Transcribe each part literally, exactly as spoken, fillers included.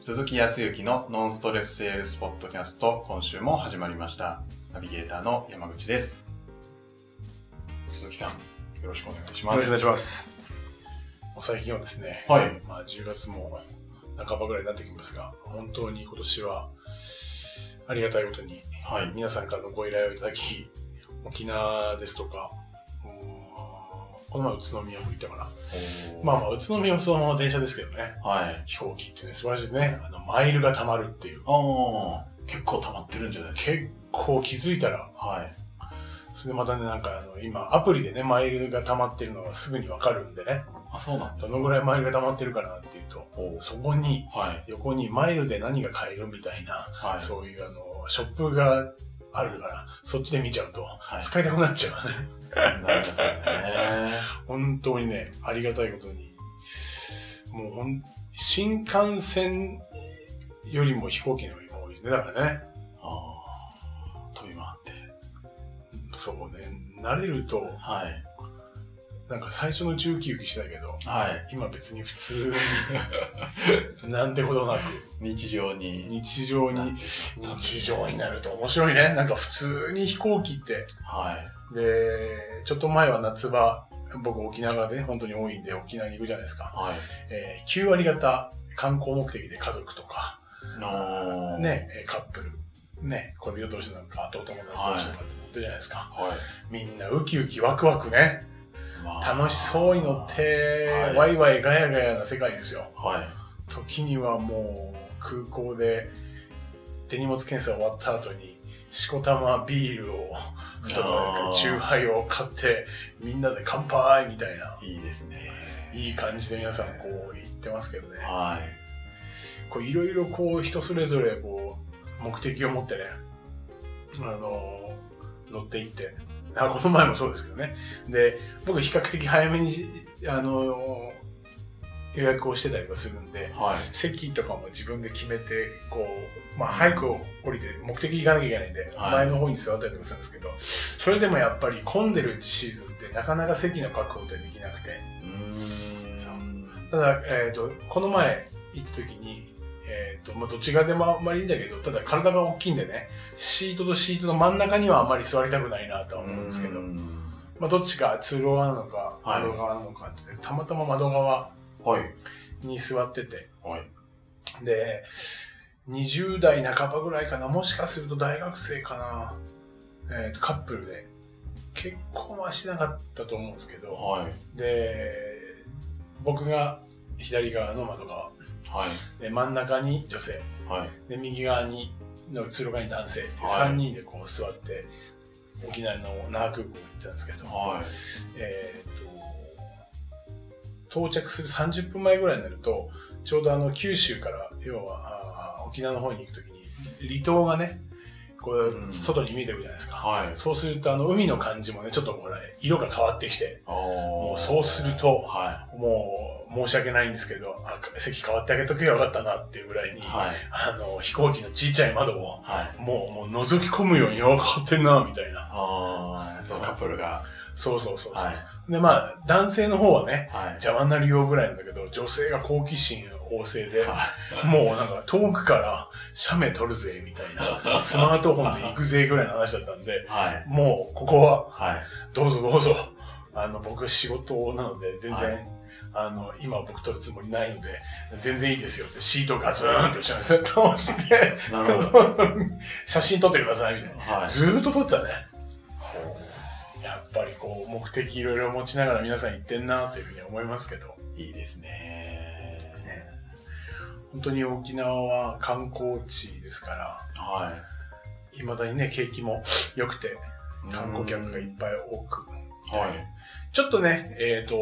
鈴木康之のノンストレスセールスポッドキャスト、今週も始まりました。ナビゲーターの山口です。鈴木さん、よろしくお願いします。 よろしくお願いします。もう最近はですね、 はい、 まあ、じゅうがつも半ばぐらいになってきますが、本当に今年はありがたいことに、はい、皆さんからのご依頼をいただき、沖縄ですとか、この前宇都宮も行ったかな。まあまあ宇都宮はそのまま電車ですけどね。はい。飛行機ってね、素晴らしいですね。あの、マイルが溜まるっていう。 ああ、結構溜まってるんじゃないですか。 結構気づいたら。はい。それでまたね、なんかあの、今、アプリでね、マイルが溜まってるのがすぐにわかるんでね。 あ、そうなんですね。 どのぐらいマイルが溜まってるかなっていうと、そこに、はい、横にマイルで何が買えるみたいな、はい、そういうあの、ショップがあるから、そっちで見ちゃうと、はい、使いたくなっちゃうね。 なりますよね。 本当にね、ありがたいことに、もうほん、新幹線よりも飛行機の方が今多いですね。だからね。 ああ、飛び回って。 そうね、慣れると、はい。なんか最初のうちウキウキしたけど、はい、今別に普通に、なんてことなく、 日常に。 日常に、日常になると面白いね。なんか普通に飛行機って、はい。で、ちょっと前は夏場、僕沖縄で、ね、本当に多いんで沖縄に行くじゃないですか。はい。えー、きゅうわり方観光目的で家族とか、ね、カップル、ね、恋人同士なんか、あとお友達同士とかって乗ってるじゃないですか。はい。みんなウキウキワクワクね。楽しそうに乗って、はい、ワイワイガヤガヤな世界ですよ。はい。時にはもう空港で手荷物検査終わった後にしこたまビールをとかチューハイを買ってみんなで乾杯みたいな。 いいですね。 いい感じで皆さんこう言ってますけどね。はい。こういろいろこう人それぞれこう目的を持ってね、あの乗っていって。あ、この前もそうですけどね。で、僕比較的早めに、あの、予約をしてたりはするんで、はい、席とかも自分で決めて、こう、まあ、早く降りて目的行かなきゃいけないんで、はい、前の方に座ったりとかするんですけど、それでもやっぱり混んでるシーズンってなかなか席の確保ってできなくて。うーんそうただ、えっと、この前行った時に、えっと、まあ、どっち側でもあんまりいいんだけど、ただ体が大きいんでね、シートとシートの真ん中にはあんまり座りたくないなとは思うんですけど、まあ、どっちか通路側なのか、窓側なのかって、ね、たまたま窓側に座ってて、はい、で、にじゅうだいなかばぐらいかな、もしかすると大学生かな、えっと、カップルで、結婚はしなかったと思うんですけど、はい、で、僕が左側の窓側、はい、で真ん中に女性、はい、で右側にの通路側に男性っていうさんにんでこう座って、はい、沖縄の那覇空港に行ったんですけど、はい、えー、と到着するさんじゅっぷんまえぐらいになるとちょうどあの九州から要は沖縄の方に行くときに離島がねこう、うん、外に見えてるじゃないですか、はい、そうするとあの海の感じもねちょっとこう、ね、色が変わってきてもうそうすると、はい、もう申し訳ないんですけどあ席変わってあげとけばよかったなっていうぐらいに、はい、あの飛行機の小さい窓を、はい、もうもう覗き込むようによ変わってんなみたいなあそのカップルがそうそうそうそう、はい、でまあ男性の方はね、はい、邪魔になるようぐらいなんだけど女性が好奇心旺盛で、はい、もうなんか遠くから写メ撮るぜみたいなスマートフォンで行くぜぐらいの話だったんで、はい、もうここは、はい、どうぞどうぞあの僕仕事なので全然、はい、あの今僕撮るつもりないので全然いいですよってシートガツーンと後ろに倒してなるほど写真撮ってくださいみたいな、はい、ずーっと撮ってたね。やっぱりこう目的いろいろ持ちながら皆さん行ってんなというふうに思いますけどいいですね。ね本当に沖縄は観光地ですから、はい、未だにね景気も良くて観光客がいっぱい多く、はい、ちょっとねえっと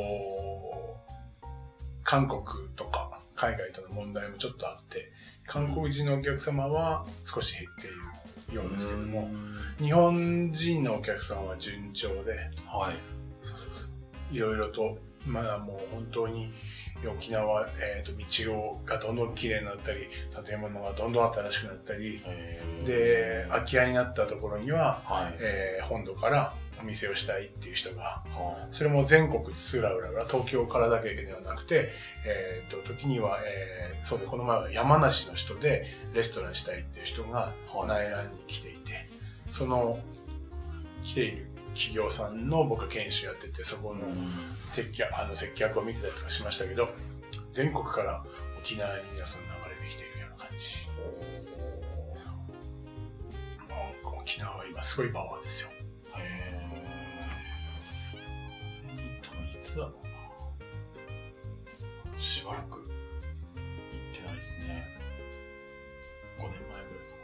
韓国とか海外との問題もちょっとあって韓国人のお客様は少し減っているようですけども日本人のお客さんは順調で、はい、そうそうそういろいろと今はもう本当に沖縄、えーと、道がどんどん綺麗になったり建物がどんどん新しくなったりで、空き家になったところには、 はいえー、本土からお店をしたいっていう人が、 はそれも全国津々浦々、東京からだけではなくて、えー、と時には、えー、そうで、この前は山梨の人でレストランしたいっていう人が内覧に来ていて、その来ている企業さんの僕は研修やってて、そこの接客、あの接客を見てたりとかしましたけど、全国から沖縄に皆さん流れてきているような感じ。もう沖縄は今すごいパワーですよ。 へー。いつだろうな。しばらく行ってないですね。ごねんまえぐらい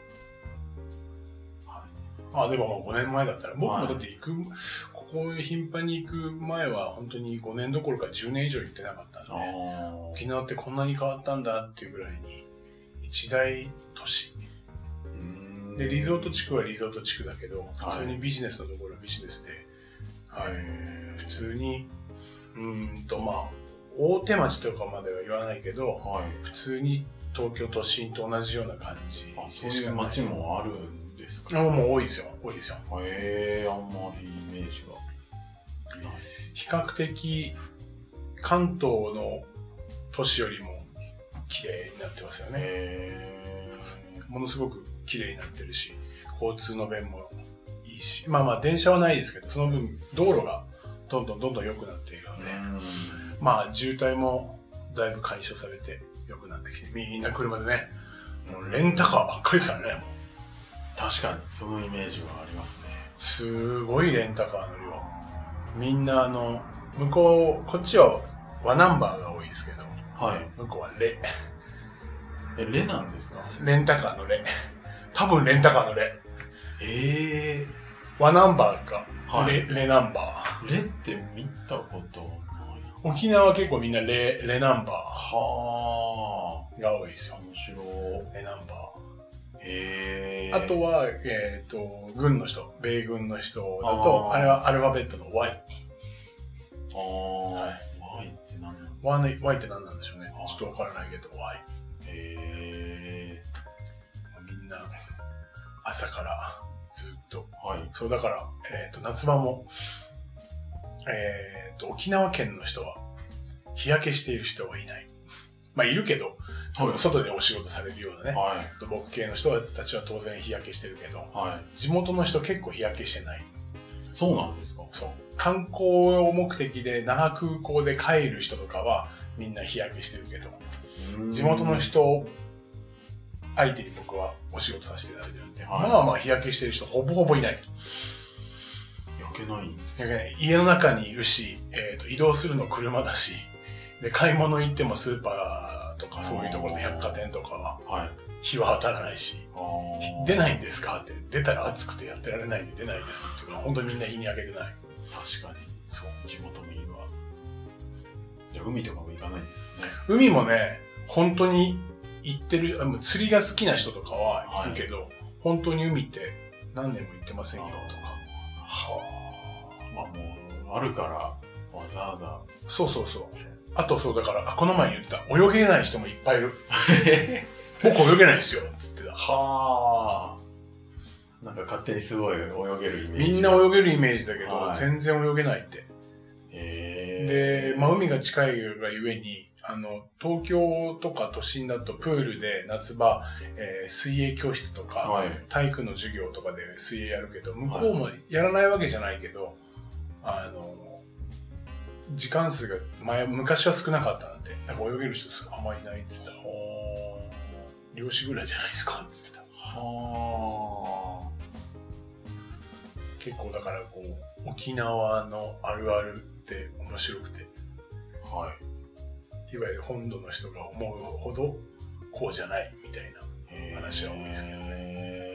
かな。はい。 あ、でももうごねんまえだったら、僕もだって行く、はい、ここ頻繁に行く前は本当にごねんどころかじゅうねん以上行ってなかったんで、沖縄ってこんなに変わったんだっていうぐらいに一大都市で、リゾート地区はリゾート地区だけど、普通にビジネスのところはビジネスで、はい、普通にうーんとまあ大手町とかまでは言わないけど、はい、普通に東京都心と同じような感じ。 あ、そういう街もあるんですか？ あ、もう多いですよ、多いですよ。 へえ、あんまりイメージがない。 比較的関東の都市よりも綺麗になってますよね。へー。ものすごく綺麗になってるし、交通の便もいいし、まあまあ電車はないですけど、その分道路がどんどんどんどん良くなっているので、まあ渋滞もだいぶ解消されて良くなってきて、みんな車でね、もうレンタカーばっかりですからね。もう確かにそのイメージはありますね。 すごいレンタカーの量。みんなあの向こう、こっちはワナンバーが多いですけど、はい、向こうはレ。 え、レなんですか？ レンタカーのレ。多分レンタカーのレ。 ええー。 ワナンバーか、 はい、 レ、レナンバー。レって見たことない。 沖縄は結構みんなレ、レナンバー。 はー。が多いですよ。 面白い。 レナンバー。 へー。 あとは、えっと、軍の人、米軍の人だと、あ, あれはアルファベットの Y。 あー。はい、Y って何なんだ ?Y って何なんでしょうね。ちょっとわからないけど、Y。 へー。 みんな、朝からずっと。 はい。 そうだから、えっと、夏場も、えっと、沖縄県の人は、日焼けしている人はいない。まあ、いるけど、その外でお仕事されるようなね、はい、土木系の人たちは当然日焼けしてるけど、はい、地元の人結構日焼けしてない。 そうなんですか？ そう。観光目的で那覇空港で帰る人とかはみんな日焼けしてるけど、地元の人相手に僕はお仕事させていただいてるんで、はい、まあまあ日焼けしてる人ほぼほぼいない。 焼けない？ 焼けない。家の中にいるし、えーと、移動するの車だし、で買い物行ってもスーパーとかそういうところで百貨店とかは日は当たらないし、出ないんですかって、出たら暑くてやってられないんで出ないですっていうのは本当にみんな日に焼けてない。 確かにそう、地元民は。じゃあ海とかも行かないんですよね。 海もね、本当に行ってる、釣りが好きな人とかは行くけど、はい、本当に海って何年も行ってませんよとか。 はあ、まあもうあるからわざわざ。 そうそうそう。あとそうだから、この前言ってた、泳げない人もいっぱいいる。僕泳げないんですよ、つってた。 はあ。なんか勝手にすごい泳げるイメージ。 みんな泳げるイメージだけど、はい、全然泳げないって。 へで、まあ海が近いがゆえに、あの、東京とか都心だとプールで夏場、えー、水泳教室とか、はい、体育の授業とかで水泳やるけど、向こうもやらないわけじゃないけど、あの、時間数が前、昔は少なかったなんて、なんか泳げる人あんまりいないって言ってた。漁師ぐらいじゃないですかって言ってた。はー。結構だからこう、沖縄のあるあるって面白くて。はい。いわゆる本土の人が思うほどこうじゃないみたいな話は多いですけどね。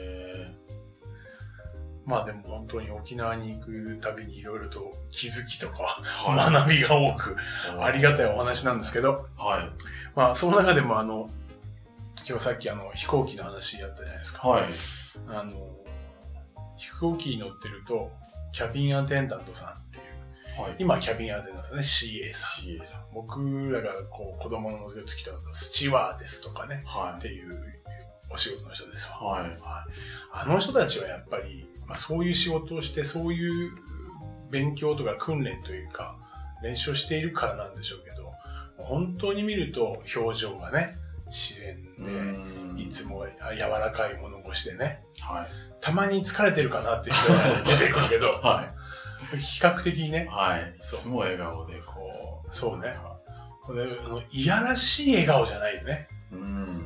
まあでも本当に沖縄に行くたびにいろいろと気づきとか、はい、学びが多くありがたいお話なんですけど、はい、まあその中でもあの今日さっきあの飛行機の話やったじゃないですか、はい、あの飛行機に乗ってるとキャビンアテンダントさんっていう、はい、今キャビンアテンダントさんね シーエー さん、シーエー さん僕らがこう子供の時とスチュワーデスとかね、はい、っていうお仕事の人ですわ。 はい。 はい、あの人たちはやっぱり、まあ、そういう仕事をして、そういう勉強とか訓練というか、練習をしているからなんでしょうけど、本当に見ると表情がね、自然で、いつも柔らかい物腰でね、はい、たまに疲れてるかなって人が出てくるけど、はい、比較的にね、 はい、いつも笑顔でこう、そうね、いやらしい笑顔じゃないよね。うん、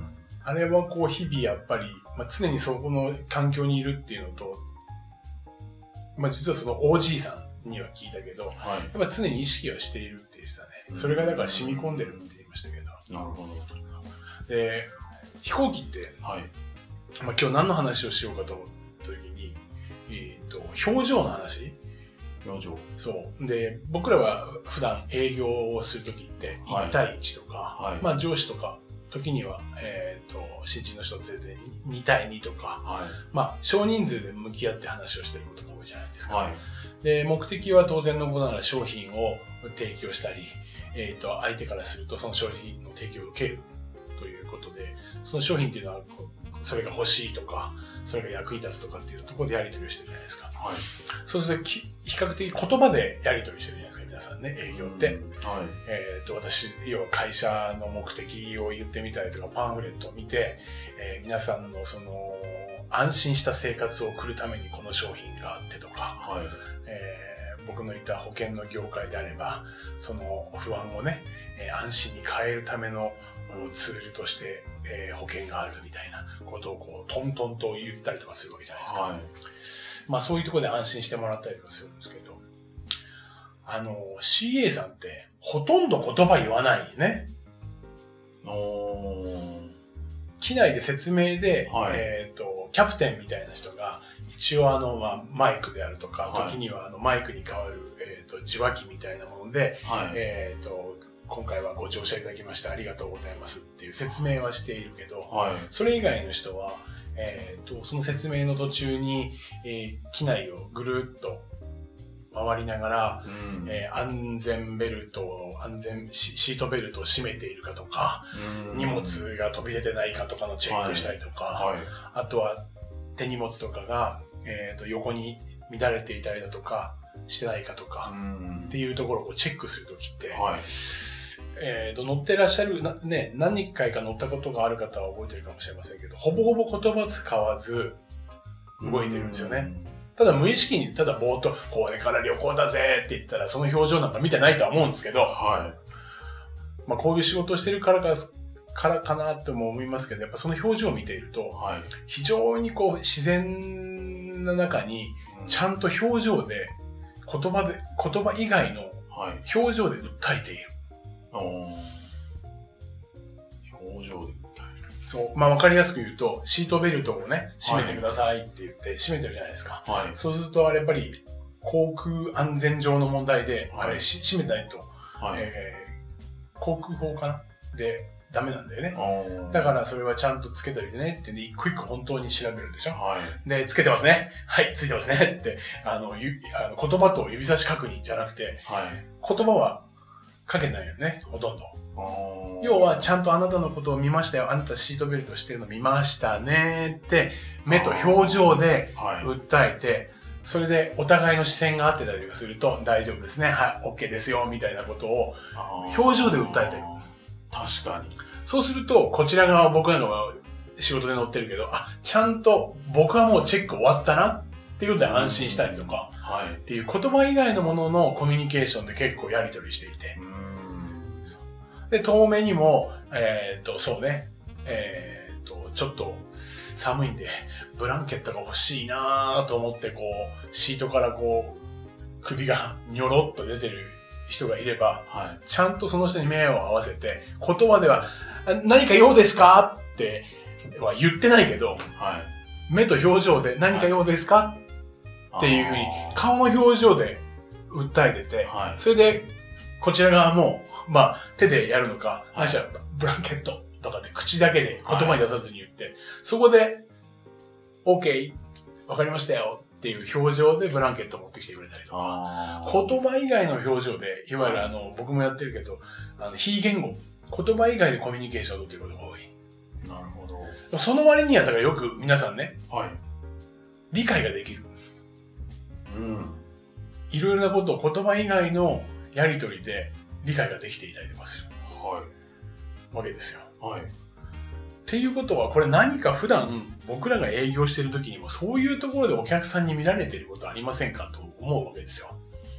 あれはこう日々やっぱり、まあ、常にそこの環境にいるっていうのと、まあ、実はその オージー さんには聞いたけど、はい、やっぱ常に意識はしているって言ってたね。それがだから染み込んでるって言いましたけど。 なるほど。 で、飛行機って、はい、まあ、今日何の話をしようかと思った時に、えっと、表情の話。 表情。 そう。で、僕らは普段営業をするときって、いち対いちとか、はい、まあ上司とか、時には、えっと、新人の人を連れてに対にとか、はい、まあ少人数で向き合って話をしてることが多いじゃないですか。はい、で、目的は当然のことなら商品を提供したり、えっと、相手からするとその商品の提供を受けるということで、その商品っていうのは、それが欲しいとか、それが役に立つとかっていうところでやり取りをしてるじゃないですか。はい、そうすると、比較的言葉でやり取りしてるじゃないですか、皆さんね、営業って。はい、えっと、私、要は会社の目的を言ってみたりとか、パンフレットを見て、えー、皆さんのその、安心した生活を送るためにこの商品があってとか、はい、えー、僕のいた保険の業界であれば、その不安をね、えー、安心に変えるためのツールとして、えー、保険があるみたいなことをこうトントンと言ったりとかするわけじゃないですか。はい、まあそういうところで安心してもらったりとかするんですけど、あの シーエー さんってほとんど言葉言わないね。おー。機内で説明で、はい、えっとキャプテンみたいな人が一応あのまあマイクであるとか、はい、時にはあのマイクに代わるえっと受話器みたいなもので、はい、えっと今回はご乗車いただきましてありがとうございますっていう説明はしているけど、はい、それ以外の人は、えーと、その説明の途中に、えー、機内をぐるっと回りながら、うんえー、安全ベルトを、安全シ、シートベルトを締めているかとか、うん荷物が飛び出てないかとかのチェックしたりとか、はいはい、あとは手荷物とかが、えーと、横に乱れていたりだとか、してないかとか、っていうところをチェックするときって、はいえーと、乗ってらっしゃる、なね、何回か乗ったことがある方は覚えてるかもしれませんけど、ほぼほぼ言葉使わず動いてるんですよね。ただ無意識に、ただぼーっと、これから旅行だぜって言ったら、その表情なんか見てないとは思うんですけど、はい。まあこういう仕事をしてるからか、からかなとも思いますけど、やっぱその表情を見ていると、はい、非常にこう自然な中に、ちゃんと表情で、言葉で、言葉以外の表情で訴えている。表情で訴える。そう。まあ、わかりやすく言うと、シートベルトをね、締めてくださいって言って締めてるじゃないですか。はい。そうすると、あれやっぱり、航空安全上の問題で、はい、あれし締めないと、はい、えー、航空法かなで、ダメなんだよね。だからそれはちゃんとつけといてねってね、一個一個本当に調べるんでしょ。はい。で、つけてますね。はい、ついてますねって、あの、ゆあの言葉と指差し確認じゃなくて、はい、言葉はかけないよね、ほとんど。要は、ちゃんとあなたのことを見ましたよ。あなたシートベルトしてるの見ましたねって、目と表情で訴えて、はい、それでお互いの視線が合ってたりとかすると、大丈夫ですね。はい、OK ですよ、みたいなことを、表情で訴えてる。 確かに。 そうすると、こちら側、僕らのが仕事で乗ってるけど、あ、ちゃんと僕はもうチェック終わったなっていうことで安心したりとか、はい、っていう言葉以外のもののコミュニケーションで結構やり取りしていて。うんで、遠目にも、えっと、そうね、えっと、ちょっと寒いんで、ブランケットが欲しいなと思って、こう、シートからこう、首がニョロっと出てる人がいれば、はい、ちゃんとその人に目を合わせて、言葉では、何か用ですかっては言ってないけど、はい、目と表情で何か用ですか、はい、っていうふうに、顔の表情で訴えてて、はい、それで、こちら側も、まあ、手でやるのか、はい、ブランケットとかで口だけで言葉に出さずに言って、はい、そこで、OK、わかりましたよっていう表情でブランケットを持ってきてくれたりとか、言葉以外の表情で、いわゆるあの、僕もやってるけど、あの、非言語、言葉以外でコミュニケーションを取ってることが多い。 なるほど。 その割にはだからよく皆さんね、 はい。 理解ができる。 うん。 いろいろなことを言葉以外のやりとりで理解ができていたりとかする。 はい。 わけですよ。 はい。 っていうことは、これ何か普段僕らが営業している時にもそういうところでお客さんに見られていることありませんかと思うわけですよ。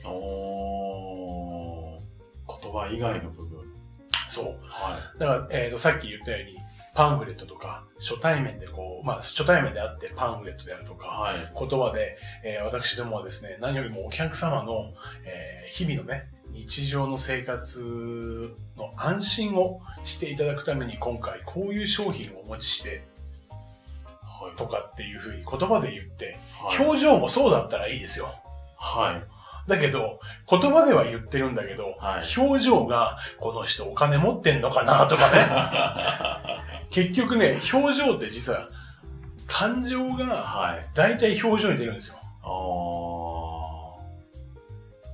おー、言葉以外の部分。 そう。 はい。 だから、えっと、さっき言ったように、パンフレットとか、初対面でこう、まあ、初対面であってパンフレットであるとか、 はい、 言葉で、えー、私どもはですね、何よりもお客様の、えー、日々のね、日常の生活の安心をしていただくために今回こういう商品をお持ちして、はい、とかっていうふうに言葉で言って、はい、表情もそうだったらいいですよ。 はい。 だけど、言葉では言ってるんだけど、はい、表情が、この人お金持ってんのかなとかね。結局ね、表情って実は、感情が、大体表情に出るんですよ。はい、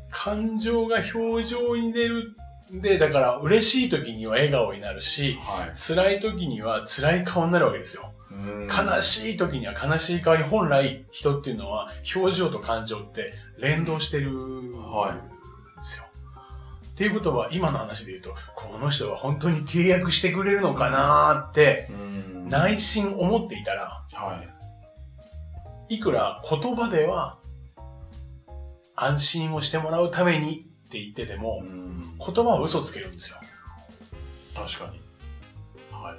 感情が表情に出る。で、だから嬉しい時には笑顔になるし、はい、辛い時には辛い顔になるわけですよ。悲しい時には悲しい顔に本来人っていうのは表情と感情って連動してるんですよ。はい、っていうことは今の話で言うと、この人は本当に契約してくれるのかなーって内心思っていたら、はい、いくら言葉では安心をしてもらうためにって言ってても、言葉は嘘つけるんですよ。 確かに。はい、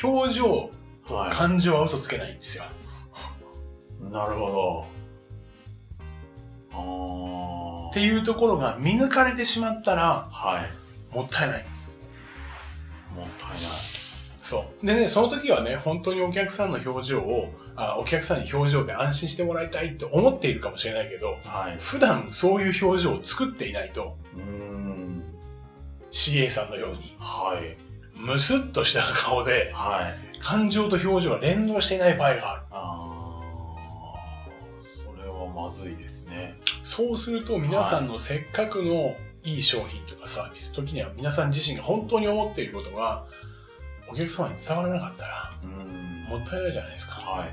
表情と感情は嘘つけないんですよ。 はい、なるほど。あっていうところが見抜かれてしまったら、 はい、 もったいない。 もったいない。 そう。でね、その時はね、本当にお客さんの表情を、あお客さんに表情で安心してもらいたいって思っているかもしれないけど、はい、普段そういう表情を作っていないと、うーん シーエー さんのように、はい、ムスッとした顔で、はい、感情と表情が連動していない場合がある。 あそれはまずいですね。 そうすると皆さんのせっかくのいい商品とかサービス、時には皆さん自身が本当に思っていることがお客様に伝わらなかったら、うんもったいないじゃないですか。はい、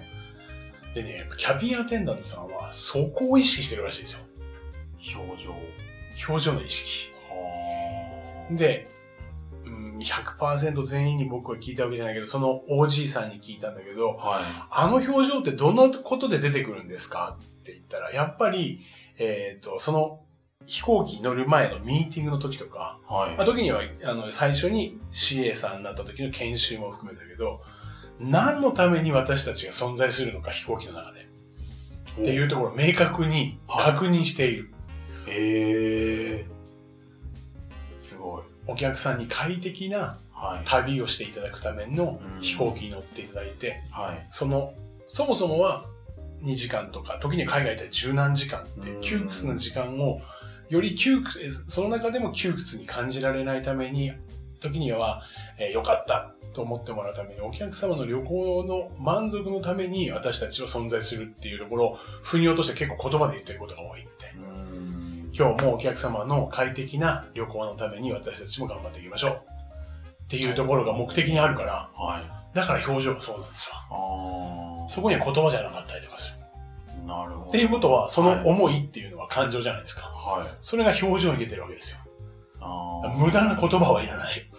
でね、キャビンアテンダントさんはそこを意識してるらしいですよ。 表情。 表情の意識。はで、ひゃくパーセント 全員に僕は聞いたわけじゃないけど、その オージー さんに聞いたんだけど、はい、あの表情ってどんなことで出てくるんですかって言ったら、やっぱり、えっと、その飛行機に乗る前のミーティングの時とか、はいまあ、時にはあの最初に シーエー さんになった時の研修も含めたけど、何のために私たちが存在するのか飛行機の中でっていうところを明確に確認している。 はい、へー。すごい。 お客さんに快適な旅をしていただくための飛行機に乗っていただいて、はい、その、そもそもはにじかんとか、時には海外では十何時間って窮屈な時間をより窮屈、その中でも窮屈に感じられないために、時には、えー、よかったと思ってもらうために、お客様の旅行の満足のために私たちは存在するっていうところを腑に落として結構言葉で言ってることが多いって。今日もお客様の快適な旅行のために私たちも頑張っていきましょうっていうところが目的にあるから、はい、だから表情がそうなんですよ。あそこには言葉じゃなかったりとかする。なるほど。っていうことは、その思いっていうのは感情じゃないですか。はい、それが表情に出てるわけですよ。あ無駄な言葉はいらない。なる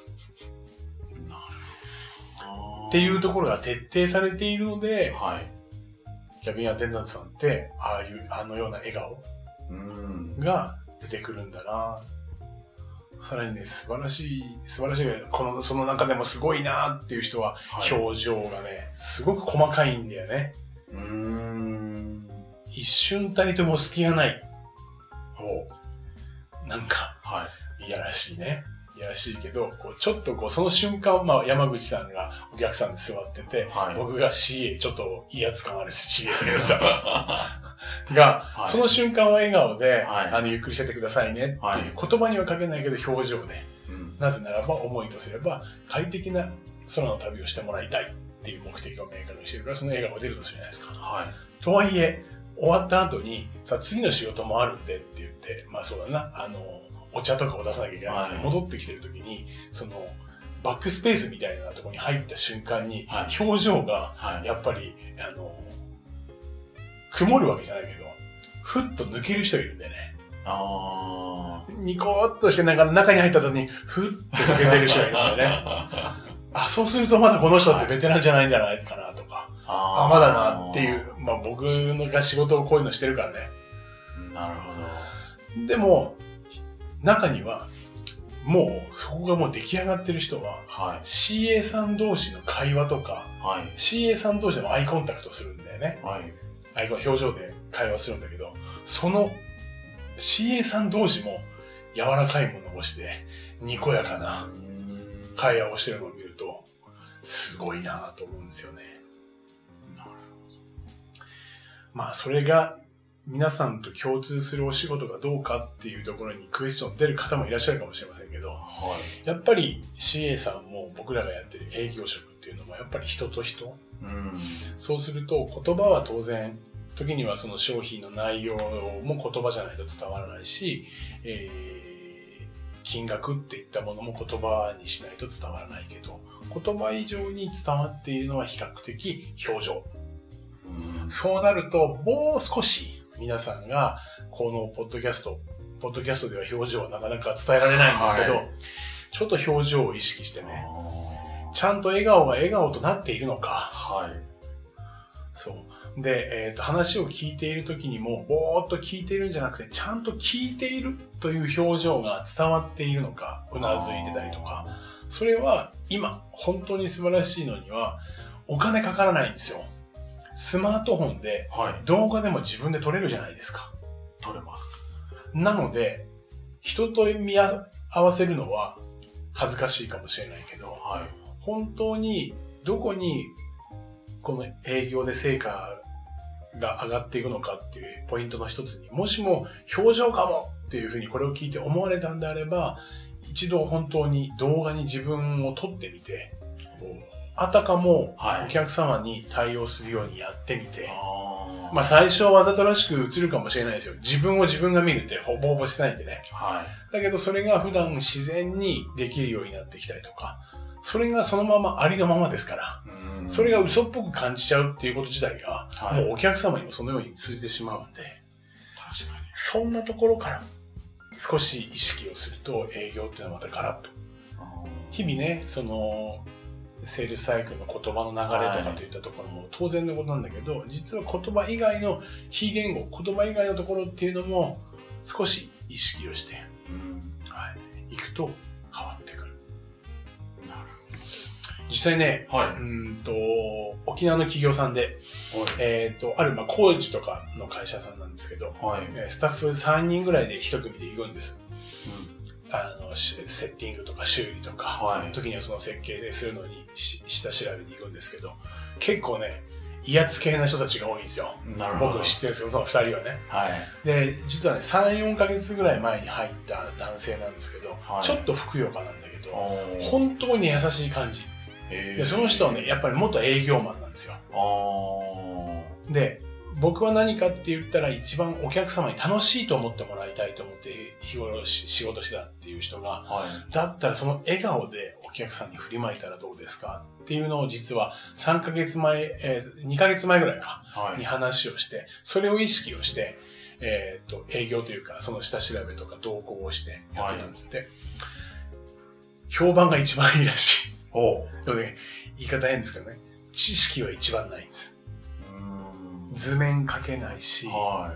ほど。っていうところが徹底されているので、はい、キャビンアテンダントさんって、ああいう、あのような笑顔が出てくるんだな。さらにね、素晴らしい、素晴らしい、この、その中でもすごいなっていう人は、表情がね、すごく細かいんだよね。うーん一瞬たりとも隙がない。おなんか、はい、いやらしいね。いやらしいけど、こうちょっとこう、その瞬間、まあ、山口さんがお客さんで座ってて、はい、僕が シーエー、ちょっと威圧感ある シーエー だけどさ、が、はい、その瞬間は笑顔で、はい、あの、ゆっくりしててくださいねっていう、はい、言葉には書けないけど表情で、うん、なぜならば思いとすれば、快適な空の旅をしてもらいたいっていう目的を明確にしてるから、その笑顔が出るとするじゃないですか。はい、とはいえ、終わった後に、さ、次の仕事もあるんでって言って、まあそうだな、あの、お茶とかを出さなきゃいけないんですけど、はい、戻ってきてる時に、その、 バックスペースみたいなところに入った瞬間に、はい、表情が、やっぱり、はい、あの、曇るわけじゃないけど、ふっと抜ける人いるんだよね。あニコーっとしてなんか中に入った後に、ふっと抜けてる人がいるんだよね。あ、そうするとまだこの人ってベテランじゃないんじゃないかなとか、はい、あ、まだなっていう、まあ僕が仕事をこういうのしてるからね。 なるほど。 でも、中には、もう、そこがもう出来上がってる人は、はい、シーエー さん同士の会話とか、はい、シーエー さん同士でもアイコンタクトするんだよね。はい、アイコン、表情で会話するんだけど、その シーエー さん同士も柔らかい物腰で、にこやかな会話をしてるのを見ると、すごいなぁと思うんですよね。なるほど。まあ、それが、皆さんと共通するお仕事がどうかっていうところにクエスチョン出る方もいらっしゃるかもしれませんけど、はい、やっぱり シーエー さんも僕らがやってる営業職っていうのもやっぱり人と人、うん、そうすると言葉は当然時にはその商品の内容も言葉じゃないと伝わらないし、えー、金額っていったものも言葉にしないと伝わらないけど、言葉以上に伝わっているのは比較的表情、うん、そうなるともう少し皆さんが、このポッドキャスト、ポッドキャストでは表情はなかなか伝えられないんですけど、はい、ちょっと表情を意識してね、ちゃんと笑顔が笑顔となっているのか、はい、そう。で、えっと、話を聞いている時にも、ぼーっと聞いているんじゃなくて、ちゃんと聞いているという表情が伝わっているのか、うなずいてたりとか、それは今、本当に素晴らしいのには、お金かからないんですよ。スマートフォンで動画でも自分で撮れるじゃないですか。 撮れます。 なので、人と見合わせるのは恥ずかしいかもしれないけど、はい、本当にどこにこの営業で成果が上がっていくのかっていうポイントの一つに、もしも表情かもっていうふうにこれを聞いて思われたんであれば、一度本当に動画に自分を撮ってみて、あたかもお客様に対応するようにやってみて、はい、まあ最初はわざとらしく映るかもしれないですよ。自分を自分が見るってほぼほぼしてないんでね。はい、だけどそれが普段自然にできるようになってきたりとか、それがそのままありのままですから、それが嘘っぽく感じちゃうっていうこと自体が、はい、もうお客様にもそのように通じてしまうんで、確かにそんなところから少し意識をすると営業っていうのはまたガラッと。日々ね、その、セールスサイクルの言葉の流れとかといったところも当然のことなんだけど、実は言葉以外の非言語、言葉以外のところっていうのも少し意識をして、うんはい、いくと変わってくる。なるほど。実際ね、はい、うんと沖縄の企業さんで、はい、えっとあるまあ工事とかの会社さんなんですけど、はい、スタッフさんにんぐらいで一組で行くんです。あのセッティングとか修理とか、はい、時にはその設計でするのに下調べに行くんですけど、結構ね威圧系な人たちが多いんですよ。なるほど。僕知ってるんですけど、そのふたりはね、はい、で実はねさん、よんかげつぐらい前に入った男性なんですけど、はい、ちょっとふくよかなんだけど本当に優しい感じで、その人はねやっぱり元営業マンなんですよ。あで僕は何かって言ったら一番お客様に楽しいと思ってもらいたいと思って日頃仕事してたっていう人が、はい、だったらその笑顔でお客さんに振りまいたらどうですかっていうのを実はさんかげつまえ、えー、にかげつまえぐらいかに話をして、それを意識をして、えー、っと営業というかその下調べとか同行をしてやってたんですって、はい、評判が一番いいらしい。おでもね、言い方変ですけどね、知識は一番ないんです。図面描けないし、はい、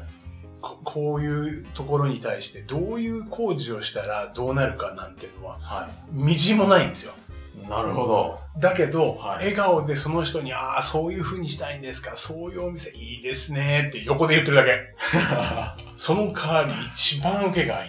こ, こういうところに対してどういう工事をしたらどうなるかなんていうのは、はい、みじんもないんですよ。 なるほど。 だけど、はい、笑顔でその人に、ああ、そういう風にしたいんですか、そういうお店いいですねって横で言ってるだけ。その代わり一番受けがいい。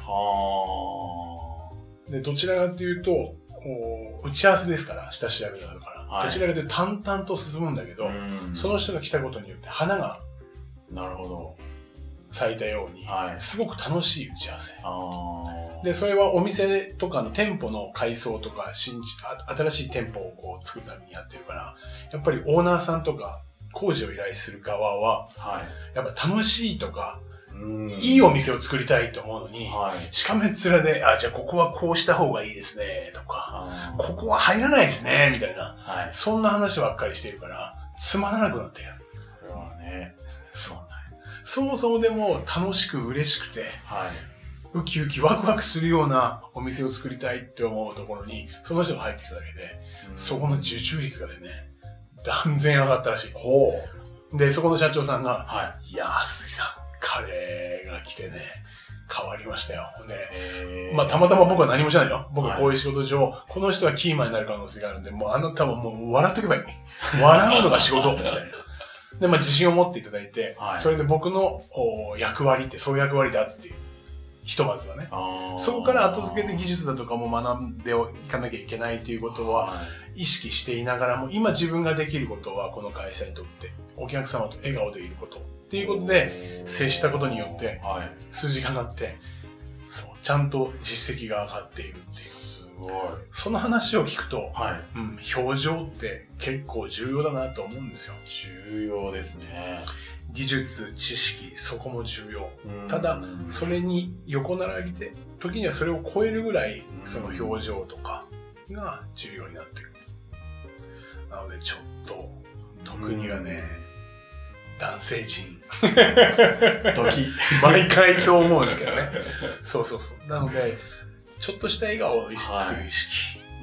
はでどちらかというと、打ち合わせですから、下調べがあるから。はい、どちらかというと淡々と進むんだけど、その人が来たことによって花がなるほど咲いたように、はい、すごく楽しい打ち合わせ。あで、それはお店とかの店舗の改装とか新新しい店舗をこう作るためにやってるから、やっぱりオーナーさんとか工事を依頼する側は、はい、やっぱ楽しいとか、 うんいいお店を作りたいと思うのに、はい、しかめっ面で、あ、じゃあここはこうした方がいいですね、とか、ここは入らないですね、みたいな、はい、そんな話ばっかりしてるから、つまらなくなってる。 それはね、 そうね。そもそもでも楽しく嬉しくて、はい、ウキウキワクワクするようなお店を作りたいって思うところに、その人が入ってきただけで、うん、そこの受注率がですね、断然上がったらしい。ほう。で、そこの社長さんが、はい、いやー、鈴木さん、彼が来てね、変わりましたよ。で、まあ、たまたま僕は何もしないよ。僕はこういう仕事上、はい、この人はキーマンになる可能性があるんで、もうあなたはもう笑っとけばいい。笑うのが仕事みたいな。で、まあ、自信を持っていただいて、はい、それで僕の役割ってそういう役割だっていう。ひとまずはね。そこから後付けで技術だとかも学んでいかなきゃいけないということは意識していながらも、今自分ができることはこの会社にとってお客様と笑顔でいることっていうことで接したことによって数字が上がって、そうちゃんと実績が上がっているっていう。すごい。その話を聞くと、はい、うん、表情って結構重要だなと思うんですよ。 重要ですね。 技術、知識、そこも重要。ただ、それに横並びで、時にはそれを超えるぐらい、その表情とかが重要になってくる。なので、ちょっと、特にはね、男性陣。時。毎回そう思うんですけどね。そうそうそう。なので、ちょっとした笑顔を作る意識。はい、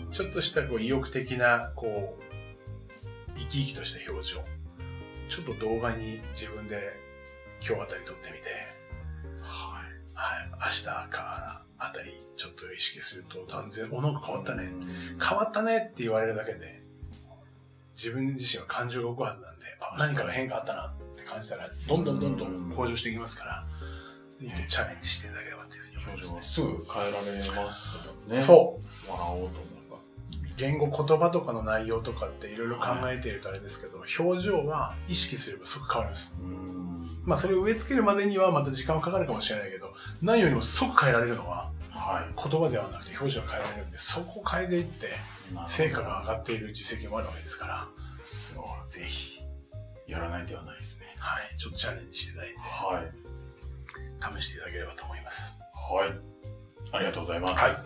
ちょっとしたこう意欲的な、こう、生き生きとした表情。ちょっと動画に自分で今日あたり撮ってみて、はい。はい。明日からあたりちょっと意識すると断然、お、なんか変わったね。変わったねって言われるだけで、自分自身は感情が動くはずなんで、あ、何かが変化あったなって感じたら、どんどんどんどん向上していきますから、ぜひチャレンジしていただければというふうに思いますね。 すぐ変えられますよね。 そう。 笑おうと思えば。 言語、言葉とかの内容とかっていろいろ考えているとあれですけど、はい、表情は意識すれば即変わります。まあそれを植え付けるまでにはまた時間はかかるかもしれないけど、何よりも即変えられるのは、はい、言葉ではなくて表情が変えられるんで、そこを変えていって成果が上がっている実績もあるわけですから、ぜひやらない手はないですね。 はい、ちょっとチャレンジしていただいて、はい、試していただければと思います。 はい、ありがとうございます。はい、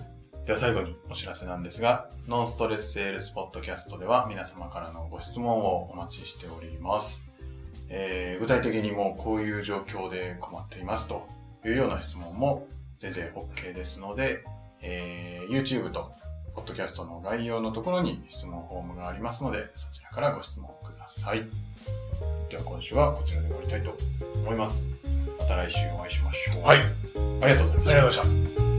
では最後にお知らせなんですが、ノンストレスセールスポッドキャストでは皆様からのご質問をお待ちしております。えー、具体的にもこういう状況で困っていますというような質問も全然 OK ですので、えー、YouTube とポッドキャストの概要のところに質問フォームがありますので、そちらからご質問ください。では今週はこちらで終わりたいと思います。また来週お会いしましょう。 はい。 ありがとうございました。 ありがとうございました。